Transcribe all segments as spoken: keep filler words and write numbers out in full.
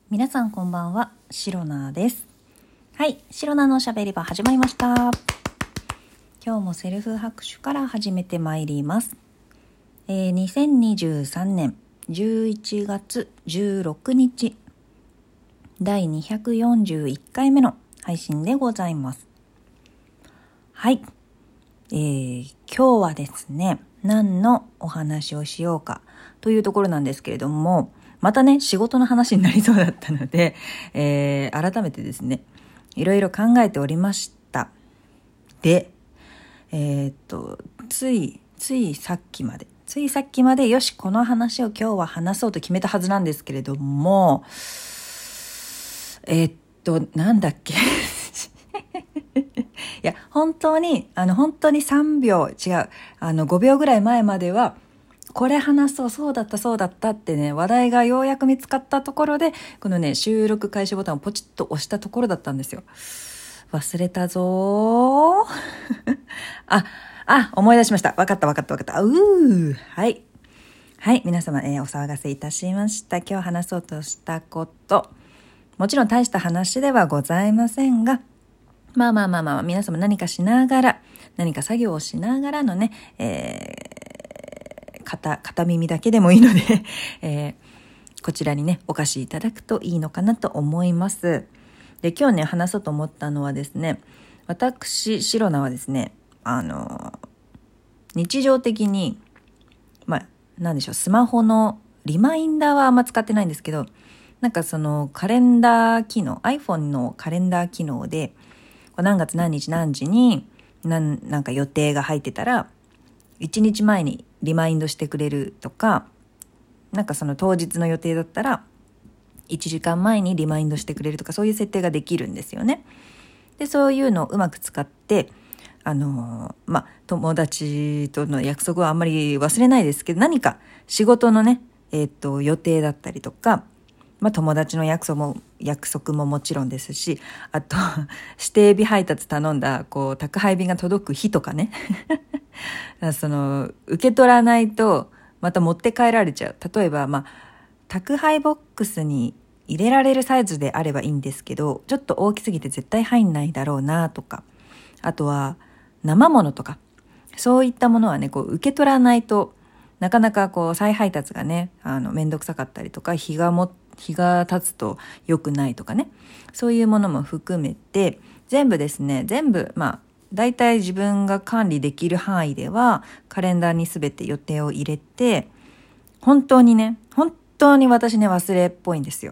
皆さんこんばんは、シロナです。はい、シロナのしゃべり場始まりました。今日もセルフ拍手から始めてまいります。えー、にせんにじゅうさんねんじゅういちがつじゅうろくにちだいにひゃくよんじゅういっかいめの配信でございます。はい、えー、今日はですね、何のお話をしようかというところなんですけれども、またね仕事の話になりそうだったので、えー、改めてですねいろいろ考えておりました。で、えー、っとついついさっきまでついさっきまでよしこの話を今日は話そうと決めたはずなんですけれども、えー、っとなんだっけいや本当にあの本当にさんびょう違うあのごびょうぐらい前まではこれ話そうそうだったそうだったってね話題がようやく見つかったところでこのね収録開始ボタンをポチッと押したところだったんですよ。忘れたぞーああ思い出しました。わかったわかったわかったうーはいはい皆様、えー、お騒がせいたしました。今日話そうとしたこともちろん大した話ではございませんが、まあまあまあまあ皆様何かしながら何か作業をしながらのね、えー片, 片耳だけでもいいので、えー、こちらにねお貸しいただくといいのかなと思います。で今日ね話そうと思ったのはですね、私シロナはですねあの日常的にまあなんでしょうスマホのリマインダーはあんま使ってないんですけど、なんかそのカレンダー機能 iPhone のカレンダー機能で何月何日何時に何なんか予定が入ってたらいちにちまえにリマインドしてくれるとか、なんかその当日の予定だったらいちじかんまえにリマインドしてくれるとか、そういう設定ができるんですよね。でそういうのをうまく使ってあのー、まあ友達との約束はあんまり忘れないですけど、何か仕事のねえー、っと予定だったりとか、まあ友達の約束も約束ももちろんですし、あと指定日配達頼んだこう宅配便が届く日とかねその受け取らないとまた持って帰られちゃう。例えばまあ宅配ボックスに入れられるサイズであればいいんですけど、ちょっと大きすぎて絶対入んないだろうなとか、あとは生物とかそういったものはねこう受け取らないとなかなかこう再配達がねあのめんどくさかったりとか、日がも日が経つと良くないとかね、そういうものも含めて全部ですね全部まあだいたい自分が管理できる範囲ではカレンダーにすべて予定を入れて、本当にね本当に私ね忘れっぽいんですよ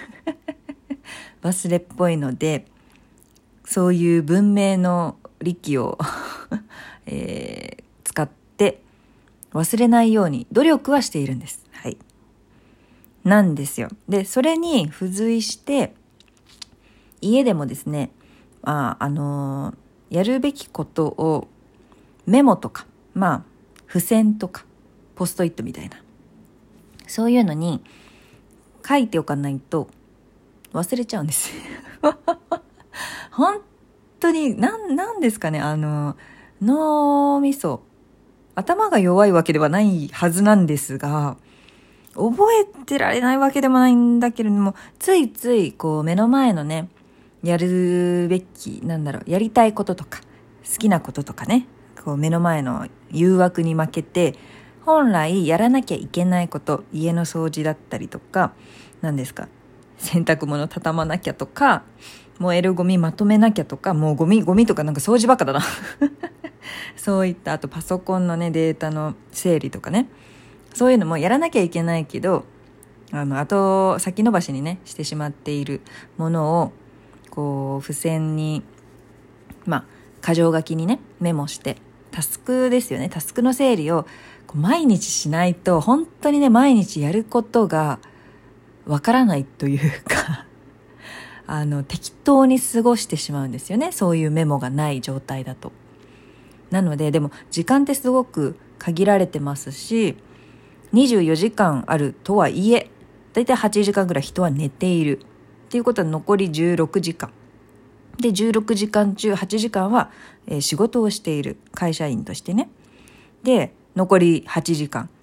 忘れっぽいので、そういう文明の利器を、えー、使って忘れないように努力はしているんです。はいなんですよ。でそれに付随して家でもですねああのーやるべきことをメモとか、まあ付箋とかポストイットみたいなそういうのに書いておかないと忘れちゃうんです本当になんなんですかね、あの脳みそ頭が弱いわけではないはずなんですが、覚えてられないわけでもないんだけれども、ついついこう目の前のねやるべきなんだろうやりたいこととか好きなこととかね、こう目の前の誘惑に負けて本来やらなきゃいけないこと、家の掃除だったりとか何ですか洗濯物畳まなきゃとか燃えるゴミまとめなきゃとか、もうゴミゴミとかなんか掃除ばっかだなそういった、あとパソコンのねデータの整理とかね、そういうのもやらなきゃいけないけどあの後先延ばしにねしてしまっているものをこう付箋にまあ箇条書きにねメモして、タスクですよね、タスクの整理をこう毎日しないと本当にね毎日やることがわからないというかあの適当に過ごしてしまうんですよね、そういうメモがない状態だと。なのででも時間ってすごく限られてますし、にじゅうよじかんあるとはいえだいたいはちじかんぐらい人は寝ているっていうことは残りじゅうろくじかんで、じゅうろくじかん中はちじかんは、えー、仕事をしている会社員としてね。で残りはちじかん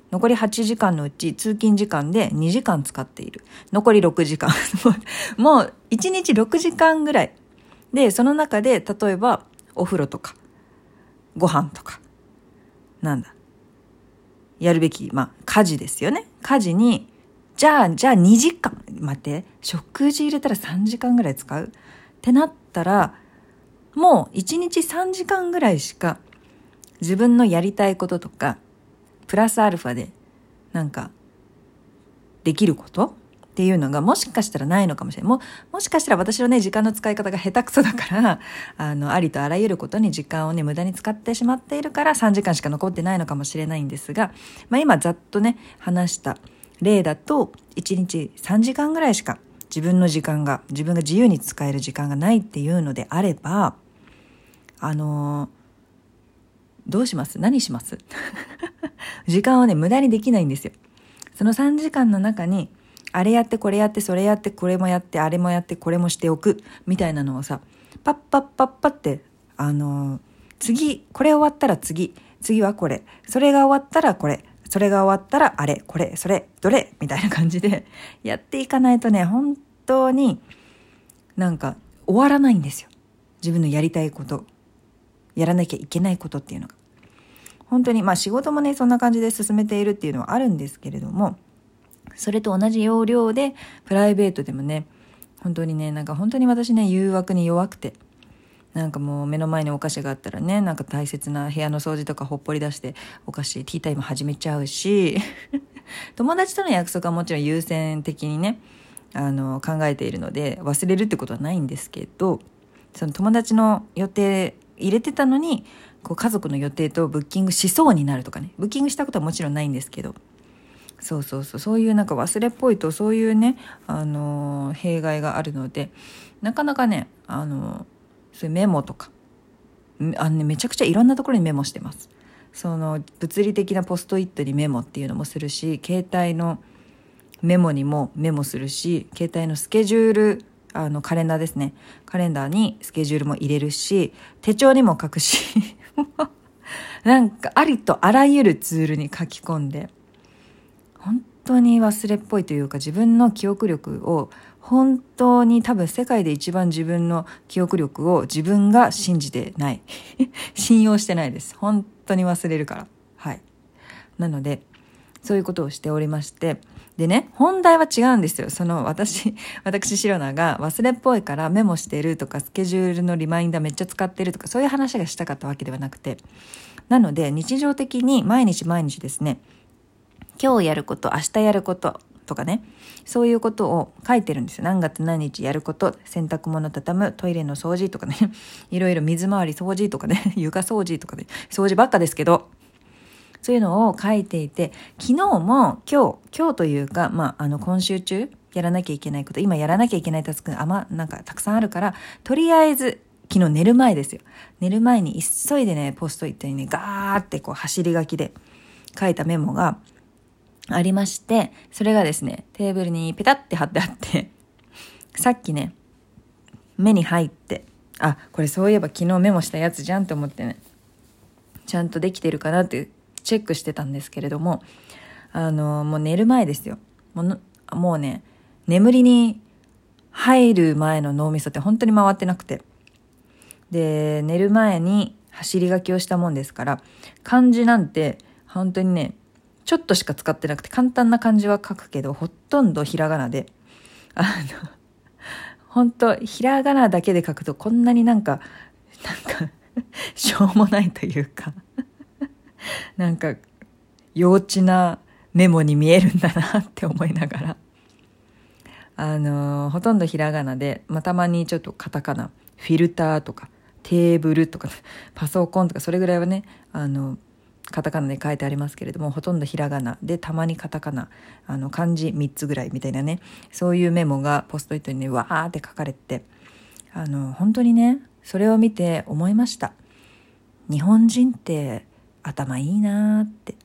残りはちじかんのうち通勤時間でにじかん使っている。残りろくじかん。もういちにちろくじかんぐらい。で、その中で例えばお風呂とかご飯とかなんだやるべき、まあ家事ですよね。家事にじゃあじゃあにじかん待って食事入れたらさんじかんぐらい使うってなったらもういちにちさんじかんぐらいしか自分のやりたいこととかプラスアルファでなんかできることっていうのがもしかしたらないのかもしれない。も、もしかしたら私のね、時間の使い方が下手くそだから、あの、ありとあらゆることに時間をね、無駄に使ってしまっているからさんじかんしか残ってないのかもしれないんですが、まあ今ざっとね、話した例だと、いちにちさんじかんぐらいしか自分の時間が、自分が自由に使える時間がないっていうのであれば、あのー、どうします？何します時間をね、無駄にできないんですよ。そのさんじかんの中に、あれやってこれやってそれやってこれもやってあれもやってこれもしておくみたいなのをさパッパッパッパってあのー、次これ終わったら次次はこれそれが終わったらこれそれが終わったらあれこれそれどれみたいな感じでやっていかないとね本当になんか終わらないんですよ。自分のやりたいことやらなきゃいけないことっていうのが本当にまあ仕事もねそんな感じで進めているっていうのはあるんですけれどもそれと同じ要領でプライベートでもね本当にねなんか本当に私ね誘惑に弱くてなんかもう目の前にお菓子があったらねなんか大切な部屋の掃除とかほっぽり出してお菓子ティータイム始めちゃうし友達との約束はもちろん優先的にねあの考えているので忘れるってことはないんですけどその友達の予定入れてたのにこう家族の予定とブッキングしそうになるとかねブッキングしたことはもちろんないんですけどそうそうそうそういうなんか忘れっぽいとそういうね、あのー、弊害があるのでなかなかね、あのー、そういうメモとかあの、ね、めちゃくちゃいろんなところにメモしてます。その物理的なポストイットにメモっていうのもするし携帯のメモにもメモするし携帯のスケジュールあのカレンダーですねカレンダーにスケジュールも入れるし手帳にも書くしなんかありとあらゆるツールに書き込んで本当に忘れっぽいというか自分の記憶力を本当に多分世界で一番自分の記憶力を自分が信じてない信用してないです。本当に忘れるからはいなのでそういうことをしておりましてでね本題は違うんですよ。その私私シロナが忘れっぽいからメモしてるとかスケジュールのリマインダーめっちゃ使ってるとかそういう話がしたかったわけではなくてなので日常的に毎日毎日ですね今日やること明日やることとかねそういうことを書いてるんですよ。何月何日やること洗濯物畳むトイレの掃除とかねいろいろ水回り掃除とかね床掃除とかね掃除ばっかですけどそういうのを書いていて昨日も今日今日というか、まあ、あの今週中やらなきゃいけないこと今やらなきゃいけないタスクがあまなんかたくさんあるからとりあえず昨日寝る前ですよ寝る前に急いでねポストイットにねガーってこう走り書きで書いたメモがありまして、それがですね、テーブルにペタって貼ってあって、さっきね、目に入って、あ、これそういえば昨日メモしたやつじゃんって思ってね、ちゃんとできてるかなってチェックしてたんですけれども、あの、もう寝る前ですよ。もう、もうね、眠りに入る前の脳みそって本当に回ってなくて、で、寝る前に走り書きをしたもんですから、漢字なんて本当にね、ちょっとしか使ってなくて簡単な漢字は書くけどほとんどひらがなであの本当ひらがなだけで書くとこんなになんかなんかしょうもないというかなんか幼稚なメモに見えるんだなって思いながらあのほとんどひらがなで、まあ、たまにちょっとカタカナフィルターとかテーブルとかパソコンとかそれぐらいはねあのカタカナで書いてありますけれどもほとんどひらがなでたまにカタカナあの漢字みっつぐらいみたいなねそういうメモがポストイットにねわーって書かれてあの本当にねそれを見て思いました。日本人って頭いいなーって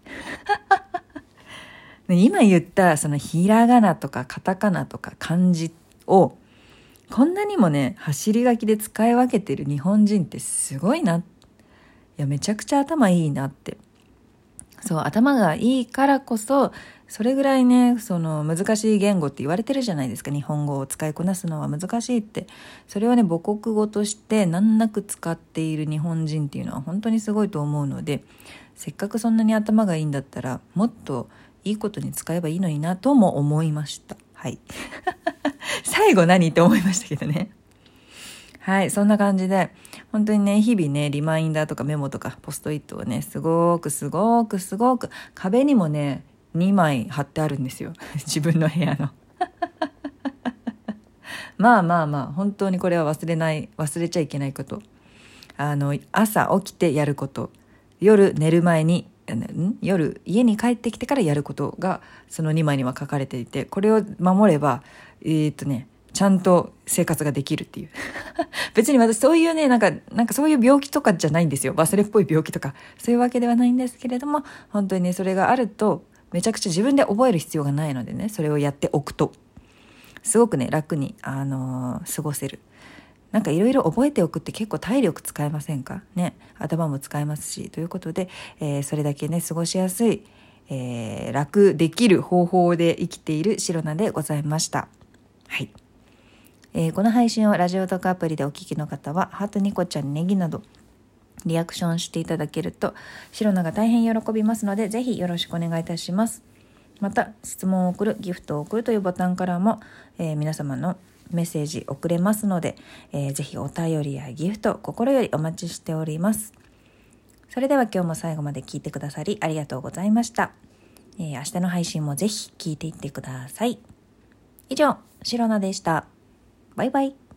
今言ったそのひらがなとかカタカナとか漢字をこんなにもね走り書きで使い分けてる日本人ってすごいな。いやめちゃくちゃ頭いいなってそう、頭がいいからこそ、それぐらいね、その難しい言語って言われてるじゃないですか。日本語を使いこなすのは難しいって。それをね、母国語として難なく使っている日本人っていうのは本当にすごいと思うので、せっかくそんなに頭がいいんだったら、もっといいことに使えばいいのになとも思いました。はい。最後何って思いましたけどね。はい、そんな感じで、本当にね、日々ね、リマインダーとかメモとかポストイットをね、すごくすごくすごく、壁にもね、にまい貼ってあるんですよ。自分の部屋の。まあまあまあ、本当にこれは忘れない、忘れちゃいけないこと。あの、朝起きてやること。夜寝る前に、ん夜家に帰ってきてからやることが、そのにまいには書かれていて、これを守れば、えーっとね、ちゃんと生活ができるっていう。別に私そういうね、なんか、なんかそういう病気とかじゃないんですよ。忘れっぽい病気とか。そういうわけではないんですけれども、本当にね、それがあると、めちゃくちゃ自分で覚える必要がないのでね、それをやっておくと、すごくね、楽に、あのー過ごせる。なんかいろいろ覚えておくって結構体力使えませんかね。頭も使えますし。ということで、えーそれだけね、過ごしやすい、えー楽できる方法で生きているシロナでございました。はい。えーこの配信をラジオトークアプリでお聞きの方は、ハートニコちゃん、ネギなど、リアクションしていただけると、シロナが大変喜びますので、ぜひよろしくお願いいたします。また、質問を送る、ギフトを送るというボタンからも、えー皆様のメッセージ送れますので、えーぜひお便りやギフト、心よりお待ちしております。それでは今日も最後まで聞いてくださりありがとうございました。えー明日の配信もぜひ聞いていってください。以上、シロナでした。バイバイ。